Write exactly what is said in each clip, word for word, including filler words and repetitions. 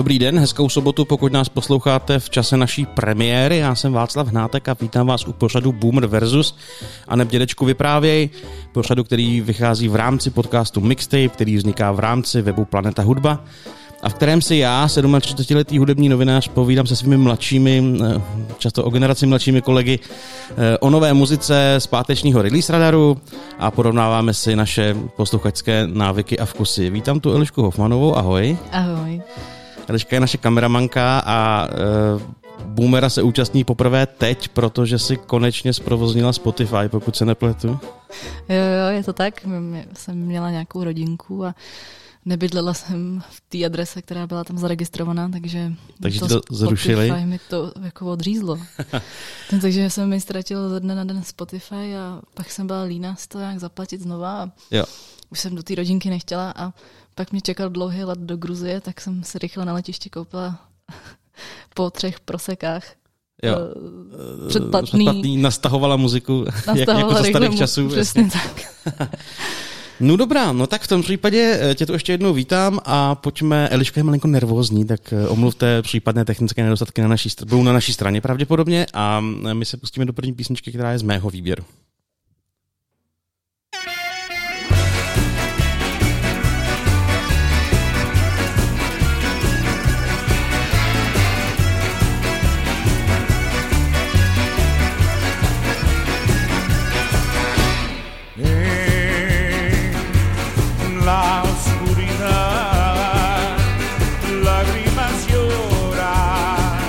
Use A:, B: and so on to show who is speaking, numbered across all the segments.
A: Dobrý den, hezkou sobotu, pokud nás posloucháte v čase naší premiéry. Já jsem Václav Hnátek a vítám vás u pořadu Boomer versus. A neb dědečku vyprávěj, pořadu, který vychází v rámci podcastu Mixtape, který vzniká v rámci webu Planeta Hudba, a v kterém si já, třicetisedmiletý hudební novinář, povídám se svými mladšími, často o generaci mladšími kolegy, o nové muzice z pátečního release radaru a porovnáváme si naše posluchačské návyky a vkusy. Vítám tu Elišku Hofmanovou, ahoj.
B: Ahoj.
A: Eliška je naše kameramanka a e, Boomera se účastní poprvé teď, protože si konečně zprovoznila Spotify, pokud se nepletu.
B: Jo, jo, je to tak. Jsem měla nějakou rodinku a nebydlela jsem v té adrese, která byla tam zaregistrovaná, takže,
A: takže
B: to,
A: to zrušili.
B: Spotify mi to jako odřízlo. takže jsem mi ztratil ze dne na den Spotify a pak jsem byla líná si to nějak zaplatit znova a
A: jo.
B: Už jsem do té rodinky nechtěla a pak mě čekal dlouhý let do Gruzie, tak jsem si rychle na letišti koupila po třech prosekách
A: jo.
B: předplatný.
A: předplatný. Nastahovala muziku jak, jako za starých časů.
B: Přesně tak.
A: No dobrá, no tak v tom případě tě tu ještě jednou vítám a pojďme, Eliška je malinko nervózní, tak omluvte případné technické nedostatky na naší, budou na naší straně pravděpodobně a my se pustíme do první písničky, která je z mého výběru.
C: La oscuridad, lágrimas llorar.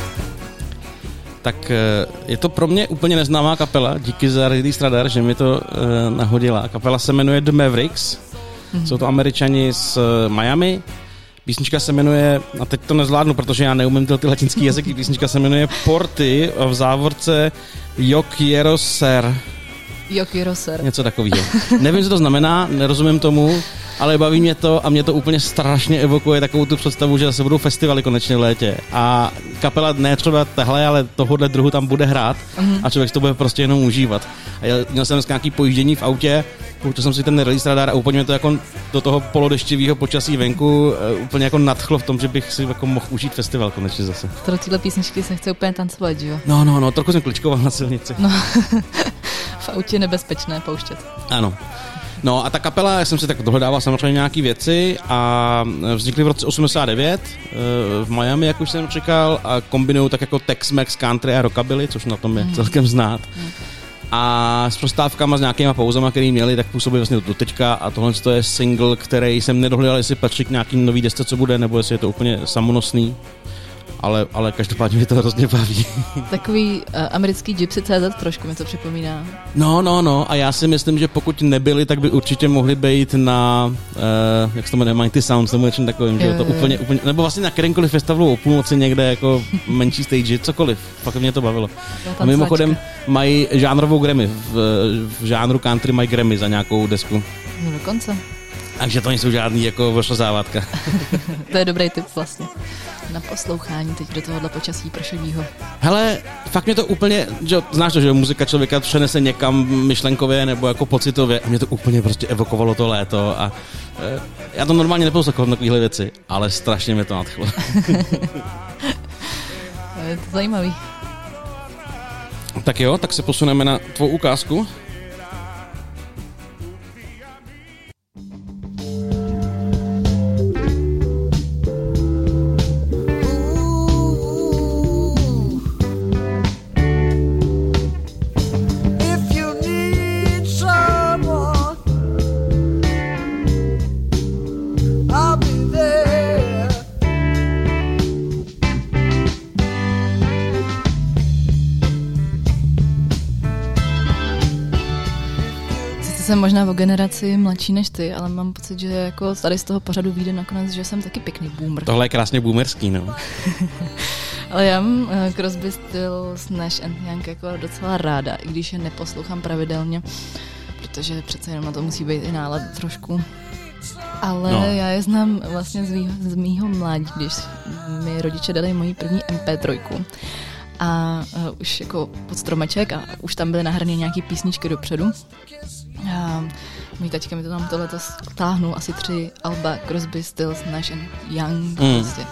A: Tak je to pro mě úplně neznámá kapela, díky za release radar, že mi to uh, nahodila. Kapela se jmenuje The Mavericks, mm-hmm. Jsou to Američani z Miami. Písnička se jmenuje, a teď to nezvládnu, protože já neumím ty latinský jazyky, písnička se jmenuje Porty v závorce Yo quiero ser.
B: Jo, Kiroser.
A: Něco takového. Nevím, co to znamená, nerozumím tomu, ale baví mě to a mě to úplně strašně evokuje takovou tu představu, že zase budou festivaly konečně v létě. A kapela ne třeba tahle, ale tohohle druhu tam bude hrát mm-hmm. a člověk to bude prostě jenom užívat. A já měl jsem dneska nějaký pojíždění v autě, pouštěl jsem si ten release radar a úplně mě to jako do toho polodeštivého počasí venku úplně jako nadchlo v tom, že bych si jako mohl užít festival konečně zase.
B: Do téhle písničky se chce úplně tancovat, že jo?
A: No, no, no, trochu jsem kličkoval na silnici.
B: No. V autě nebezpečné pouštět.
A: Ano. No a ta kapela, já jsem si tak dohledával samozřejmě nějaký věci a vznikly v roce osmdesát devět v Miami, jak už jsem čekal, a kombinují tak jako Tex-Mex, country a rockabilly, což na tom je mm. celkem znát. Mm. A s prostávkama, s nějakýma pauzama, který měli, tak působí vlastně do teďka a tohle je single, který jsem nedohledal, jestli patří k nějaký nový desce, co bude, nebo jestli je to úplně samonosný. Ale, ale každopádně mě to hrozně baví.
B: Takový uh, americký Gypsy tečka cé zet trošku mi to připomíná.
A: No, no, no. A já si myslím, že pokud nebyli, tak by určitě mohli být na, uh, jak se to jmenuje, Mighty Sounds, nebo něčem takovým, že to úplně, úplně, nebo vlastně na kterémkoliv festivalu o půlnoci někde jako menší stage, cokoliv. Fakt mě to bavilo. A mimochodem mají žánrovou Grammy, v, v žánru country mají Grammy za nějakou desku.
B: No dokonce.
A: Takže to nejsou žádný jako vošozávátka.
B: To je dobrý tip vlastně. Na poslouchání teď do tohohle počasí pršovýho. Hele,
A: fakt mě to úplně, že znáš to, že muzika člověka přenese někam myšlenkově nebo jako pocitově a mě to úplně prostě evokovalo to léto a e, já to normálně neposlouchám takovýhle věci, ale strašně mě to nadchlo.
B: Je to zajímavý.
A: Tak jo, tak se posuneme na tvou ukázku.
B: Jsem možná o generaci mladší než ty, ale mám pocit, že jako tady z toho pořadu vyjde nakonec, že jsem taky pěkný boomer.
A: Tohle je krásně boomerský, no.
B: Ale já mám uh, Crosby, Stills, Nash and Young jako docela ráda, i když je neposlouchám pravidelně, protože přece jenom na to musí být i nálad trošku. Ale no. Já je znám vlastně z mýho, z mýho mládí, když mi rodiče dali moji první em pé tři. A uh, už jako pod stromeček a už tam byly nahrané nějaký písničky dopředu. A můj taťka mi to tam tohleto stáhnul, asi tři alba Crosby, Stills, Nash and Young. Mm. Prostě.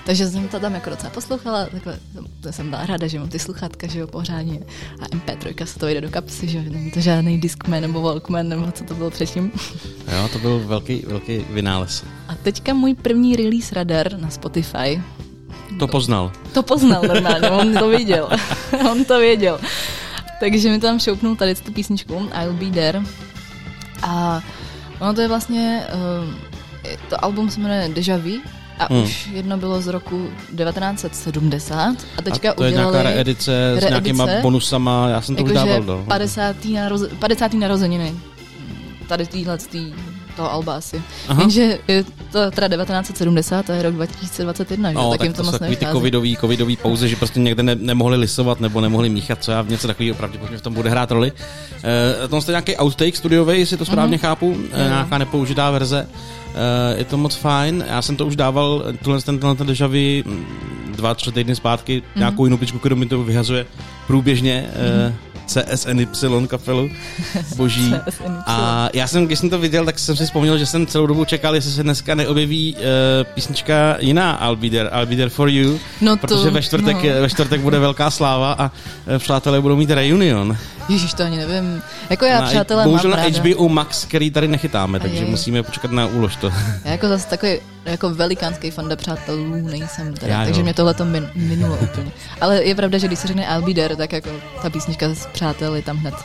B: Takže jsem to tam jako docela poslouchala, takhle to jsem byla ráda, že mám ty sluchátka, že jo, pořádně. A em pé tři se to jde do kapsy, že jo, není to žádný Discman nebo Walkman, nebo co to bylo předtím.
A: Jo, to byl velký, velký vynález.
B: A teďka můj první release radar na Spotify.
A: To poznal.
B: To poznal normálně, on to věděl. On to věděl. Takže mi tam šoupnul tady tu písničku I'll Be There. A ono to je vlastně, uh, to album se jmenuje Deja Vu a hmm. už jedno bylo z roku devatenáct set sedmdesát a teďka
A: a to je
B: udělali
A: nějaká reedice, reedice s nějakýma bonusama, já jsem to
B: jako
A: už dával. Do.
B: padesátý naroze, padesátý narozeniny. Tady týhle tý, toho alba asi. Jenže je to teda devatenáct set sedmdesát a je rok dva tisíce dvacet jedna,
A: no,
B: že?
A: Tak, tak to, to jsou takový ty covidový, covidový pauzy, že prostě někde ne, nemohli lisovat nebo nemohli míchat, co já v něco takového pravděpodobně v tom bude hrát roli. E, to je nějaký outtake studiový, jestli to správně mm-hmm. chápu, e, nějaká nepoužitá verze. E, je to moc fajn, já jsem to už dával, tuhle ten, ten Deja Vu dva, tři týdny zpátky, mm-hmm. nějakou jinou pičku, kterou mi to vyhazuje průběžně, mm-hmm. e, C S N Y kapelu, boží. A já jsem, když jsem to viděl, tak jsem si vzpomněl, že jsem celou dobu čekal, jestli se dneska neobjeví uh, písnička jiná I'll Be There, I'll Be There for You, no to, protože ve čtvrtek, no. ve čtvrtek bude velká sláva a uh, přátelé budou mít reunion.
B: Ježiš, to ani nevím. Jako já
A: na,
B: přátelé
A: bohužel
B: mám
A: na
B: ráda.
A: H B O Max, který tady nechytáme, takže
B: Jej.
A: musíme počkat na úlož to.
B: Já jako zase takový jako velikánský fanda přátelů nejsem teda,
A: já,
B: takže
A: jo.
B: mě tohle to min, minulo úplně. Ale je pravda, že když se řekne I'll Be There, tak jako ta písnička s přáteli tam hned.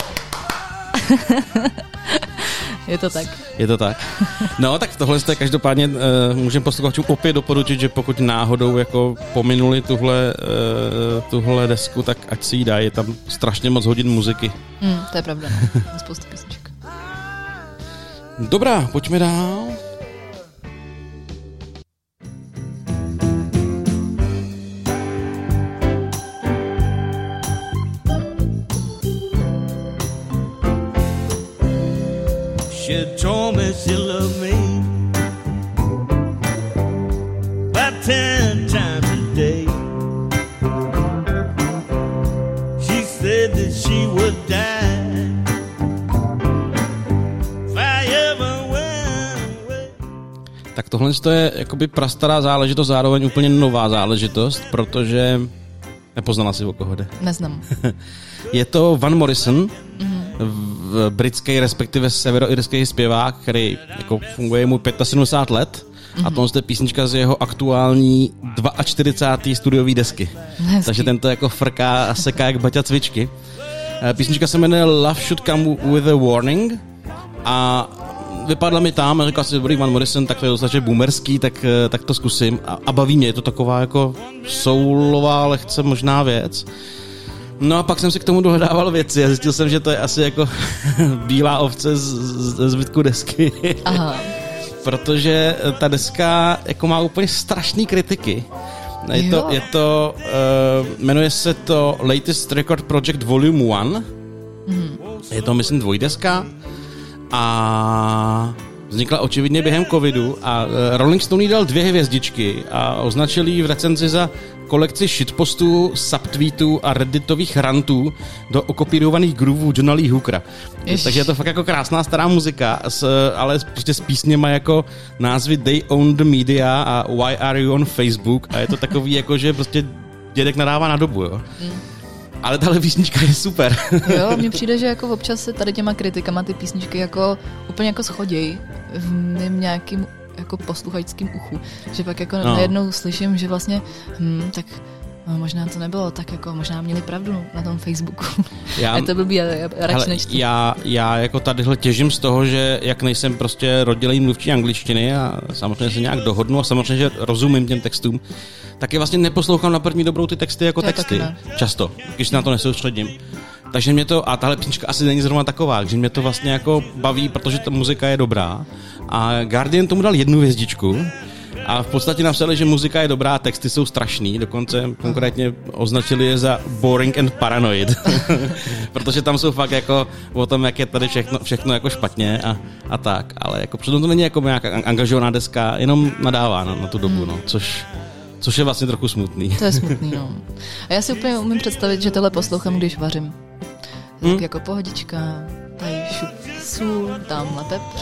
B: Je to tak.
A: Je to tak. No, tak tohle jste každopádně uh, můžeme posluchačům opět doporučit, že pokud náhodou jako pominuli tuhle, uh, tuhle desku, tak ať si ji dají, je tam strašně moc hodin muziky.
B: Mm, to je pravda, no. Spoustu písniček.
A: Dobrá, pojďme dál.
C: She told me she loved me about ten times a day. She said that she would die if I ever went away.
A: Tak tohle je jakoby prastará záležitost, zároveň úplně nová záležitost, protože nepoznala si, o koho jde.
B: Neznám.
A: Je to Van Morrison, mm-hmm. britský, respektive severoirský zpěvák, který jako funguje mu sedmdesát pět let mm-hmm. a tohle je písnička z jeho aktuální čtyřicáté druhé studiové desky.
B: Hezký.
A: Takže tento jako frká a seká jak baťa cvičky. Písnička se jmenuje Love Should Come With A Warning a vypadla mi tam a říkal si, dobrý Van Morrison, tak to je dostatečně boomerský, tak, tak to zkusím a, a baví mě, je to taková jako soulová, lehce možná věc. No a pak jsem si k tomu dohledával věci a zjistil jsem, že to je asi jako bílá ovce z, z zbytku desky.
B: Aha.
A: Protože ta deska jako má úplně strašný kritiky. Je to, je to uh, jmenuje se to Latest Record Project Volume one. Mm. Je to, myslím, dvojdeska a vznikla očividně během covidu a Rolling Stone jí dal dvě hvězdičky a označil ji v recenzi za kolekci shitpostů, subtweetů a redditových rantů do okopírovaných groovů Johna Lee Hookera. Jež. Takže je to fakt jako krásná stará muzika, s, ale prostě s písněma jako názvy They Own the Media a Why Are You on Facebook a je to takový jako, že prostě dědek nadává na dobu, jo. Mm. Ale tahle písnička je super.
B: Jo, mně přijde, že jako občas se tady těma kritikama ty písničky jako úplně jako schoděj v mým nějakým jako posluchačským uchu. Že pak jako no. najednou slyším, že vlastně hm, tak no, možná to nebylo, tak jako možná měli pravdu na tom Facebooku. Já, to blbý, já, já radši nečtu.
A: Já, já jako tadyhle těžím z toho, že jak nejsem prostě rodilý mluvčí angličtiny a samozřejmě se nějak dohodnu a samozřejmě, že rozumím těm textům, tak je vlastně neposlouchám na první dobrou ty texty jako já texty. Často, když na to nesoustředím. Takže mě to, a tahle písnička asi není zrovna taková, že mě to vlastně jako baví, protože ta muzika je dobrá. A Guardian tomu dal jednu hvězdičku a v podstatě napsali, že muzika je dobrá, texty jsou strašný, dokonce konkrétně označili je za boring and paranoid. Protože tam jsou fakt jako o tom, jak je tady všechno, všechno jako špatně a, a tak, ale jako přitom to není jako nějaká angažovaná deska, jenom nadává na, na tu dobu, no, což Což je vlastně trochu smutný.
B: To je smutný, no. A já si úplně umím představit, že tohle poslouchám, když vařím. Tak hmm? jako pohodička, tady šup sůl, tamhle pepř.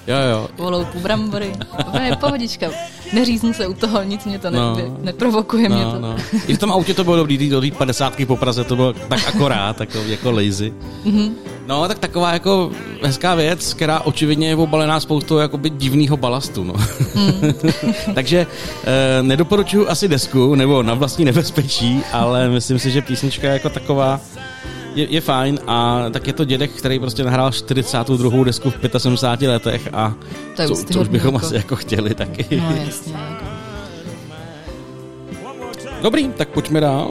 A: Jo, jo.
B: Voloupu, brambory. Je pohodička. Neříznu se u toho, nic mě to
A: No.
B: ne, neprovokuje mě
A: No,
B: to.
A: no. I v tom autě to bylo dobrý, do té padesátky po Praze to bylo tak akorát, jako, jako lazy.
B: Mm-hmm.
A: No, tak taková jako hezká věc, která očividně je obalená spoustou jakoby divného balastu, no.
B: Mm.
A: Takže eh, nedoporučuji asi desku, nebo Na vlastní nebezpečí, ale myslím si, že písnička jako taková je, je fajn a tak je to dědek, který prostě nahrál čtyřicátou druhou desku v sedmdesáti pěti letech a
B: To je
A: co, co už
B: úctyhodný
A: bychom
B: jako.
A: asi jako chtěli taky.
B: No jasně.
A: Dobrý, tak pojďme dál.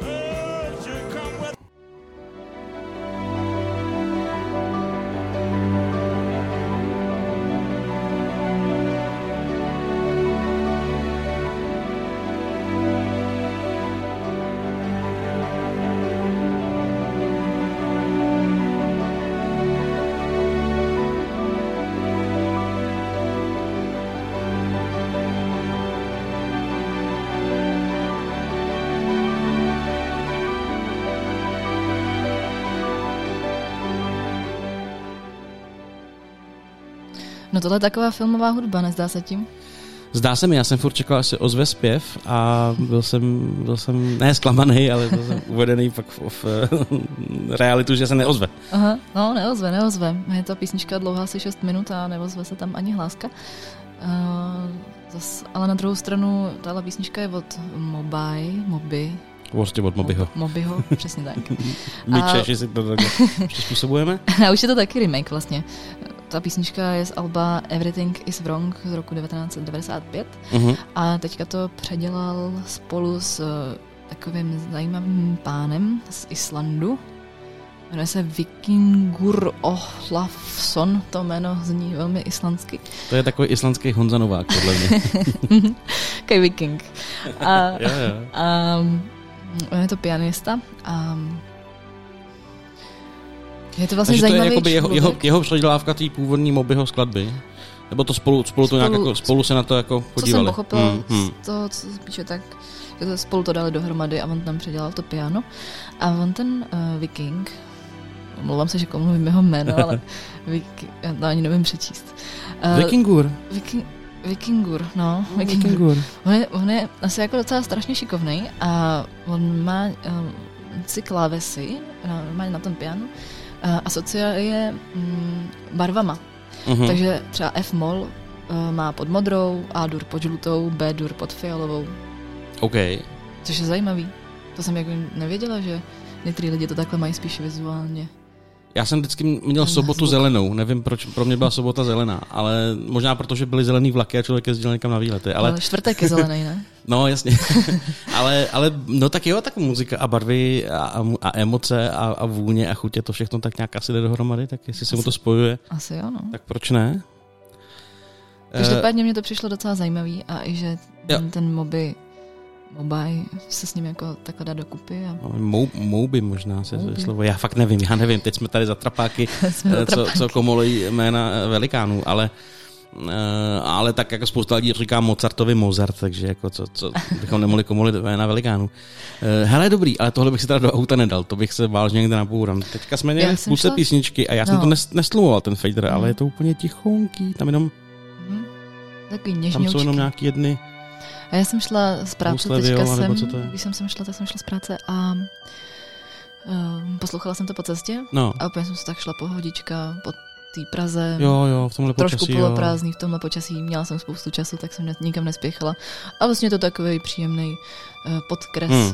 B: No tohle je taková filmová hudba, nezdá se tím?
A: Zdá se mi, já jsem furt čekal, až se ozve zpěv a byl jsem, byl jsem ne zklamaný, ale byl jsem uvedený fakt v, v realitu, že se neozve.
B: Aha, no neozve, neozve. Je ta písnička dlouhá asi šest minut a neozve se tam ani hláska. Uh, zas, ale na druhou stranu, tahle písnička je od Moby, Moby.
A: Prostě od Mobyho.
B: Mobyho, přesně tak.
A: My
B: A-
A: Češi si to takhle přizpůsobujeme.
B: A už je to taky remake vlastně. Ta písnička je z alba Everything is Wrong z roku devatenáct set devadesát pět
A: Uh-huh.
B: a teďka to předělal spolu s uh, takovým zajímavým pánem z Islandu. Jmenuje se Vikingur Olafsson, to jméno zní velmi islandsky.
A: To je takový islandský Honza Novák, podle mě.
B: Takový viking. A,
A: jo, jo.
B: a on je to pianista a je to vlastně
A: Takže to je
B: zajímavý
A: jakoby jeho, jeho,
B: člověk.
A: jeho předělávka té původní Mobyho skladby? Nebo to spolu, spolu, to
B: Spolu-
A: nějak jako, spolu se na to jako
B: Co
A: podívali?
B: jsem pochopila
A: Hmm, hmm.
B: z toho, co se píše, tak že to spolu to dali dohromady a on tam předělal to piano. A on ten uh, Viking, omlouvám se, že komu mluvím jeho jméno, ale Viking, já to ani nevím přečíst. Uh,
A: Vikingur.
B: Viking, Vikingur, no. Vikingur.
A: Vikingur.
B: On je, on je asi jako docela strašně šikovnej a on má um, si klávesy, na, má na tom pianu, uh, asociuje um, barvama.
A: Uh-huh.
B: Takže třeba F-moll uh, má pod modrou, A-dur pod žlutou, B-dur pod fialovou.
A: OK.
B: Což je zajímavý. To jsem jako nevěděla, že některý lidi to takhle mají spíš vizuálně.
A: Já jsem vždycky měl sobotu
B: zvuk.
A: zelenou. Nevím, proč pro mě byla sobota zelená, ale možná proto, že byly zelený vlaky a člověk jezdil někam na výlety. Ale,
B: Ale čtvrtek je zelený, ne?
A: no, jasně. ale, ale, no tak jo, tak muzika a barvy a, a, a emoce a, a vůně a chutě, to všechno tak nějak asi jde dohromady, tak jestli se mu to spojuje,
B: Asi jo, no.
A: tak proč ne?
B: Každopádně mě to přišlo docela zajímavý a i, že
A: Jo.
B: ten Moby, Moby se s ním jako takhle dá dokupy a
A: Mou, mouby možná se
B: Mouby.
A: slovo. Já fakt nevím, já nevím. Teď jsme tady za trapáky,
B: jsme
A: eh, co,
B: zatrapáky.
A: co komolují jména eh, velikánů, ale eh, ale tak jako spousta lidí říká Mozartovi Mozart, takže jako co, co bychom nemohli komolit jména velikánů. Eh, Hele, dobrý, ale tohle bych si teda do auta nedal, to bych se bál, že někde nabůram. Teďka jsme měli
B: Já
A: v
B: jsem
A: půlce
B: šla-
A: písničky a já jsem
B: No.
A: to nes, neslumoval, ten fader,
B: Mhm.
A: ale je to úplně tichonký, tam jenom,
B: Mhm. Takový
A: tam
B: něžňoučky.
A: jsou jenom nějaký jedny.
B: A já jsem šla z práce,
A: Housle,
B: teďka
A: viola, nebo
B: jsem,
A: co to je?
B: když jsem sem šla, tak jsem šla z práce a um, poslouchala jsem to po cestě
A: No,
B: a úplně jsem se tak šla pohodička po té Praze.
A: jo, jo, v tomhle
B: Trošku
A: počasí, jo.
B: poloprázdný v tomhle počasí, měla jsem spoustu času, tak jsem ne- nikam nespěchala. A vlastně to takový příjemný uh, podkres.
A: Hmm.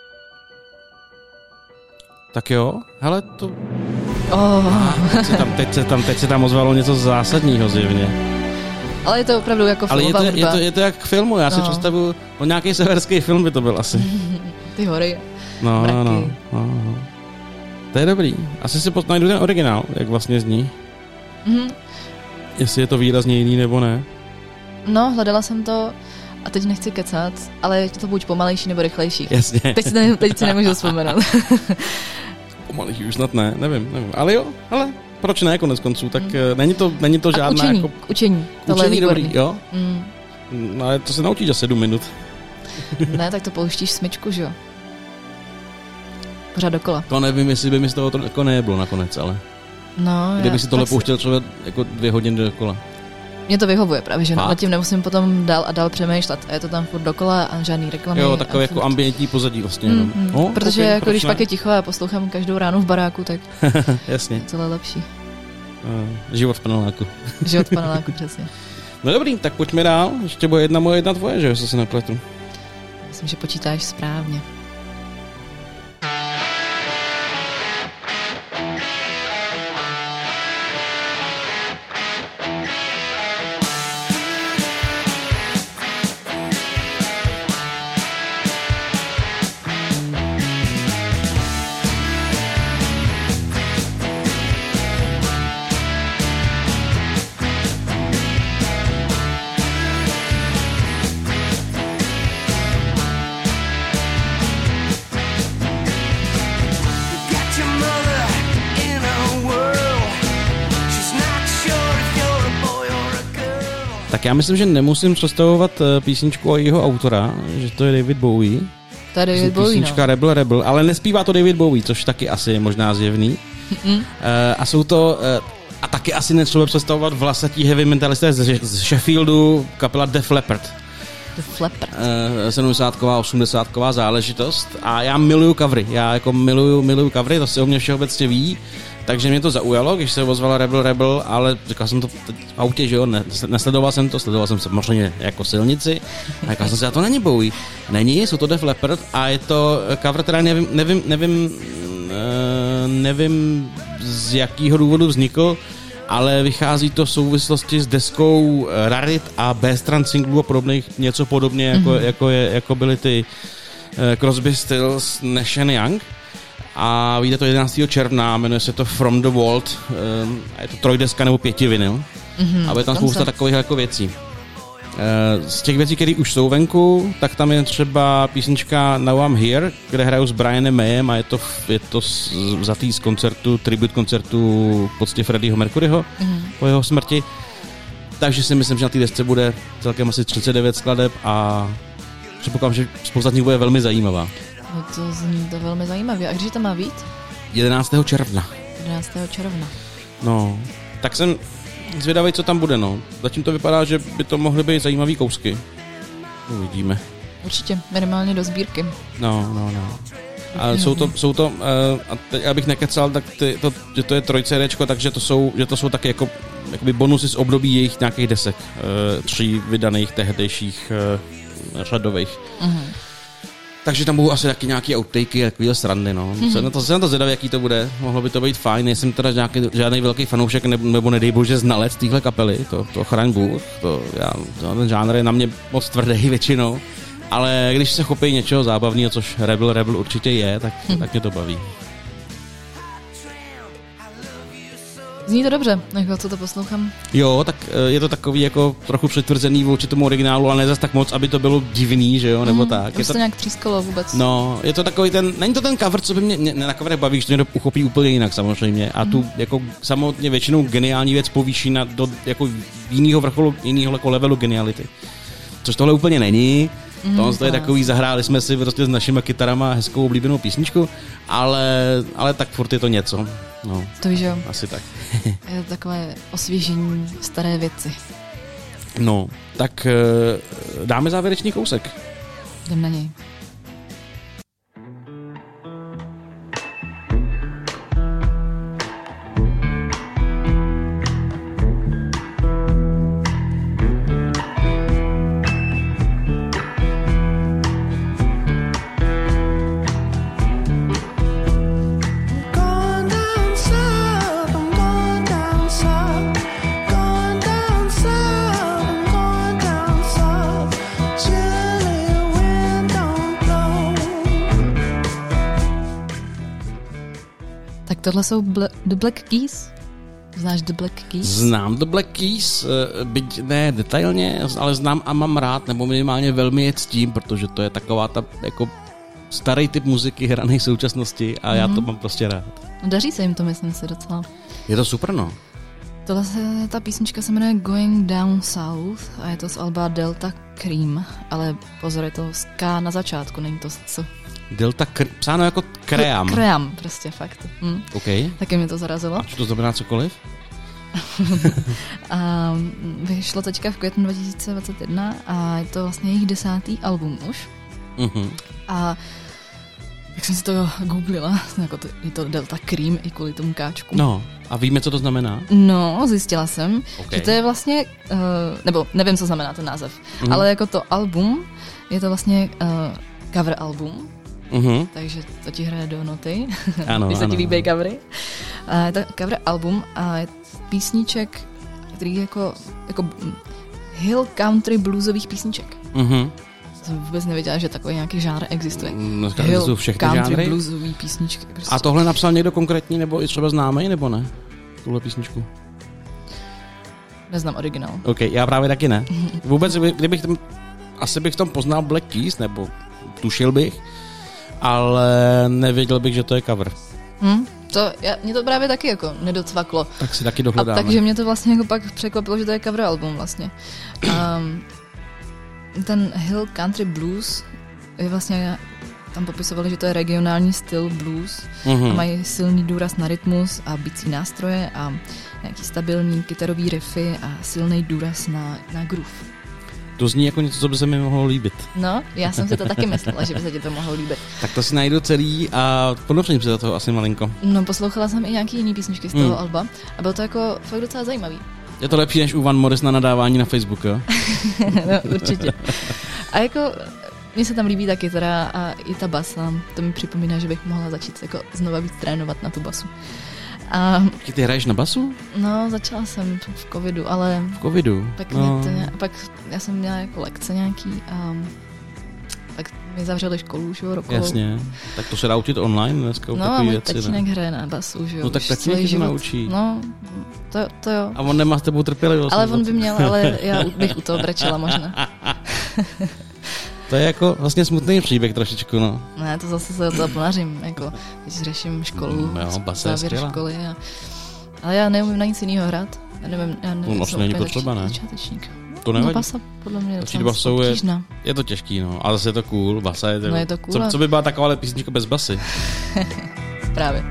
A: Tak jo, hele, to
B: Oh,
A: teď se tam, teď se tam, teď se tam ozvalo něco zásadního zjevně.
B: ale je to opravdu jako
A: Ale je
B: filmová
A: to, je,
B: hudba.
A: to, je to jak k filmu, já si
B: No.
A: představuji, no nějaký severský film by to byl asi.
B: Ty hory.
A: No,
B: Mraky.
A: no, no, no, no. To je dobrý. Asi si pot- najdu ten originál, jak vlastně zní.
B: Mhm.
A: Jestli je to výrazně jiný nebo ne.
B: No, hledala jsem to a teď nechci kecat, ale je to buď pomalejší nebo rychlejší.
A: Jasně.
B: Teď si, ne, teď si nemůžu vzpomenout.
A: Pomalý už snad ne, nevím, nevím. Ale jo, ale proč ne konec konců, tak
B: Mm.
A: mm. není to, není to
B: A k
A: žádná
B: učení,
A: jako...
B: k učení. Tohle je
A: Učení
B: výborný.
A: dobrý, jo?
B: Mm.
A: No, ale to se naučíš za sedm minut.
B: Ne, tak to pouštíš smyčku, že jo? Pořád dokola.
A: To nevím, jestli by mi z toho to jako nebylo nakonec, ale
B: No,
A: kdyby
B: já-
A: si tohle
B: tak
A: pouštěl třeba jako dvě hodiny dokola.
B: Mě to vyhovuje právě, že
A: Fakt?
B: nad tím nemusím potom dál a dál přemýšlet. A je to tam furt dokola a žádný reklamy.
A: Jo, takové jako
B: furt...
A: ambientní pozadí vlastně.
B: Mm, mm.
A: No,
B: Protože
A: okay,
B: jako když
A: ne?
B: pak je ticho a poslouchám každou ránu v baráku, tak
A: Jasně.
B: je celé lepší.
A: Uh, život v paneláku.
B: Život v paneláku, přesně.
A: No dobrý, tak pojďme dál. Ještě bude jedna moje, jedna tvoje, že jo, se nepletu.
B: Myslím, že počítáš správně.
A: Tak já myslím, že nemusím představovat písničku a jeho autora, že to je David Bowie.
B: To je David Bowie,
A: písnička
B: no.
A: Rebel Rebel, ale nespívá to David Bowie, což taky asi je možná zjevný.
B: Mm.
A: Uh, a jsou to, uh, a taky asi netřeba představovat vlasatí heavy mentalisté z, z Sheffieldu, kapela Def Leppard.
B: Def Leppard.
A: Uh, sedmdesátková, osmdesátková záležitost a já miluju covery, já jako miluju, miluju covery, to se o mě všeobecně ví. Takže mě to zaujalo, když se ozvala Rebel Rebel, ale říkal jsem to v autě, že jo, ne, nesledoval jsem to, sledoval jsem samozřejmě jako silnici a říkal jsem si, a to není Bowie. Není, jsou to Def Leppard a je to cover, teda nevím, nevím, nevím, nevím z jakého důvodu vznikl, ale vychází to v souvislosti s deskou Rarit a B-stran singlů a podobných, něco podobně, jako, mm-hmm. jako, je, jako byly ty Crosby, Stills, Nash and Young. A vyjde to jedenáctého června, jmenuje se to From the Vault, um, a je to trojdeska nebo pěti vinyl. Mm-hmm, a bude tam spousta takových jako věcí. Uh, z těch věcí, které už jsou venku, tak tam je třeba písnička Now I'm Here, kde hraju s Brianem Mayem a je to, je to vzatý z koncertu, tribute koncertu v podstatě Freddieho Mercuryho mm-hmm. po jeho smrti. Takže si myslím, že na té desce bude celkem asi třicet devět skladeb a předpokládám, že spousta z nich bude velmi zajímavá.
B: No to zní to velmi zajímavě. A když to má být?
A: jedenáctého června.
B: jedenáctého června.
A: No, tak jsem zvědavý, co tam bude, no. Zatím to vypadá, že by to mohly být zajímavý kousky. Uvidíme.
B: Určitě, minimálně do sbírky.
A: No, no, no. A jsou to, jsou to, uh, a teď abych nekecal, tak ty, to, že to je troj CDčko, takže to jsou, že to jsou taky jako jakoby bonusy z období jejich nějakých desek. Uh, tří vydaných tehdejších uh, řadových. Uh-huh. Takže tam budou asi taky nějaký outtakey, takovýhle srandy, no. Mm-hmm. Jsem na to, jsem na to zvědavý, jaký to bude. Mohlo by to být fajn, nejsem teda nějaký, žádný velký fanoušek, nebo, nebo nedej bože znalec téhle kapely, to, to chraň Bůh, to, já, to, ten žánr je na mě moc tvrdý většinou, ale když se chopí něčeho zábavného, což Rebel Rebel určitě je, tak, mm. tak mě to baví.
B: Zní to dobře, jako co to poslouchám.
A: Jo, tak je to takový jako trochu přetvrzený vůči tomu originálu, ale ne zas tak moc, aby to bylo divný, že jo, nebo mm, tak.
B: To
A: je
B: to nějak třískalo vůbec.
A: No, je to takový ten, není to ten cover, co by mě, mě na coverech baví, že to mě to uchopí úplně jinak samozřejmě a mm. tu jako samotně většinou geniální věc povýší na do jako jinýho vrcholu, jinýho jako levelu geniality. Což tohle úplně není. Mm, tohle to je takový, zahráli jsme si prostě s našimi kytarama hezkou oblíbenou písničku, ale, ale tak furt je to něco. No,
B: to víš, jo.
A: Asi tak.
B: Je to takové osvěžení staré věci.
A: No, tak dáme závěrečný kousek.
B: Jdem na něj. Tohle jsou Bla- The Black Keys? Znáš The Black Keys?
A: Znám The Black Keys, byť ne detailně, ale znám a mám rád, nebo minimálně velmi je ctím, protože to je taková ta jako starý typ muziky hraný v současnosti a mm-hmm. já to mám prostě rád.
B: Daří se jim to, myslím si, docela.
A: Je to super, no.
B: Tohle se, ta písnička se jmenuje Going Down South a je to z alba Delta Cream, ale pozor, je to z K na začátku, není to z C.
A: Delta Cream, psáno jako Cream.
B: Cream, prostě fakt. Hm.
A: OK.
B: Taky mě to zarazilo.
A: A co to znamená cokoliv?
B: A vyšlo teďka v květnu dva tisíce dvacet jedna a je to vlastně jejich desátý album už.
A: Uh-huh.
B: A jak jsem si to googlila, jako to, je to Delta Cream i kvůli tomu káčku.
A: No, a víme, co to znamená?
B: No, zjistila jsem,
A: Okay.
B: že to je vlastně, uh, nebo nevím, co znamená ten název, uh-huh. ale jako to album, je to vlastně uh, cover album,
A: Uh-huh.
B: takže to ti hraje do noty,
A: Ano,
B: když se
A: ano.
B: ti líbí covery. A je to cover album a je písniček, který jako, jako hill country bluesových písniček.
A: Uh-huh.
B: Jsem vůbec nevěděla, že takový nějaký žánr existuje.
A: Dneska
B: Hill
A: jsou všechny
B: country
A: žánry.
B: bluesový písničky. Prostě.
A: A tohle napsal někdo konkrétní, nebo i třeba známý, nebo ne? Tuhle písničku.
B: Neznám originál.
A: OK, já právě taky ne. Vůbec, kdybych tam, asi bych v tom poznal Black Keys, nebo tušil bych, ale nevěděl bych, že to je cover.
B: Hm? To, já, mě to právě taky jako nedocvaklo.
A: Tak si taky
B: A
A: dohledáme.
B: takže mě to vlastně jako pak překvapilo, že to je cover album vlastně. Um, ten Hill Country Blues je vlastně, tam popisovali, že to je regionální styl blues
A: Mhm.
B: a mají silný důraz na rytmus a bicí nástroje a nějaký stabilní kytarový riffy a silný důraz na, na groove.
A: To zní jako něco, co by se mi mohlo líbit.
B: No, já jsem si to taky myslela, že by se ti to mohlo líbit.
A: Tak to si najdu celý a ponořím se do toho asi malinko.
B: No, poslouchala jsem i nějaký jiný písničky z toho
A: Hmm.
B: alba a bylo to jako fakt docela zajímavý.
A: Je to lepší než u Van Morris na nadávání na Facebooku, jo?
B: No, určitě. A jako, mně se tam líbí ta kytara a i ta basa. To mi připomíná, že bych mohla začít jako znova víc trénovat na tu basu. A
A: Ty, ty hraješ na basu?
B: no, začala jsem v covidu, ale
A: V covidu?
B: pak,
A: No.
B: mě to ně, pak já jsem měla jako lekce nějaký a pak mi zavřeli školu už rokovou.
A: Jasně. Tak to se dá učit online dneska?
B: No a můj tatínek hraje na basu, že jo.
A: No tak
B: už
A: tatínek
B: celý
A: tě
B: život.
A: naučí.
B: No, to, to jo.
A: A on nemá s tebou trpělivost.
B: Ale
A: nebo
B: on
A: co?
B: by měl, ale já bych u toho brečela možná.
A: To je jako vlastně smutný příběh trošičku, no.
B: Ne, to zase se do toho ponařím, jako když řeším školu,
A: Mm, jo, basa je
B: závěr
A: skvělá.
B: školy. A, ale já neumím na nic jiného hrát. Já nevím, já nevím,
A: No, asi
B: jsem
A: není
B: úplně
A: potřeba,
B: zač-
A: ne?
B: Začátečník.
A: To
B: No
A: nevadí.
B: basa podle mě je
A: Začít
B: docela
A: basou je-
B: obtížná.
A: Je to těžký, no. Ale zase je to cool. Basa je to...
B: No, je to cool,
A: Co,
B: a-
A: co by byla taková písnička bez basy?
B: Právě.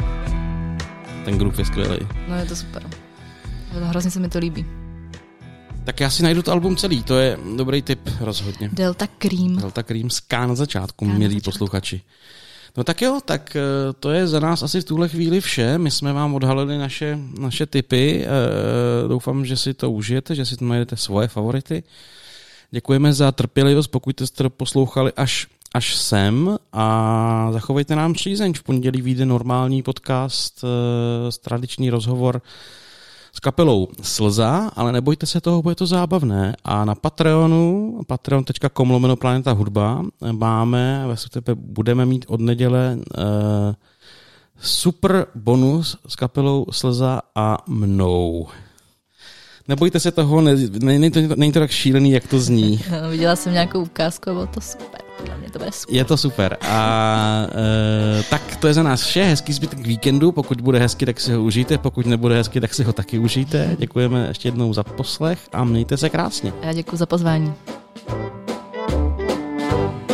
A: Ten groove je skvělý.
B: No je to super. Hrozně se mi to líbí.
A: Tak já si najdu to album celý, to je dobrý tip rozhodně.
B: Delta Cream.
A: Delta Cream z K na začátku,
B: K na
A: milí
B: začátku.
A: posluchači. No tak jo, tak eh, to je za nás asi v tuhle chvíli vše. My jsme vám odhalili naše, naše tipy. Eh, Doufám, že si to užijete, že si to najdete svoje favority. Děkujeme za trpělivost, pokud jste to poslouchali až, až sem a zachovejte nám přízeň. V pondělí vyjde normální podcast, eh, tradiční rozhovor s kapelou Slza, ale nebojte se toho, bude to zábavné. A na Patreonu, patreon tečka com lomeno Planeta Hudba, máme, budeme mít od neděle uh, super bonus s kapelou Slza a mnou. Nebojte se toho, ne, není, to, není to tak šílený, jak to zní.
B: No, viděla jsem nějakou ukázku a bylo to super. Podle mě to bude super.
A: Je to super. A e, tak to je za nás vše. Hezký zbytek víkendu. Pokud bude hezky, tak si ho užijte. Pokud nebude hezky, tak si ho taky užijte. Děkujeme ještě jednou za poslech a mějte se krásně.
B: Já děkuji za pozvání.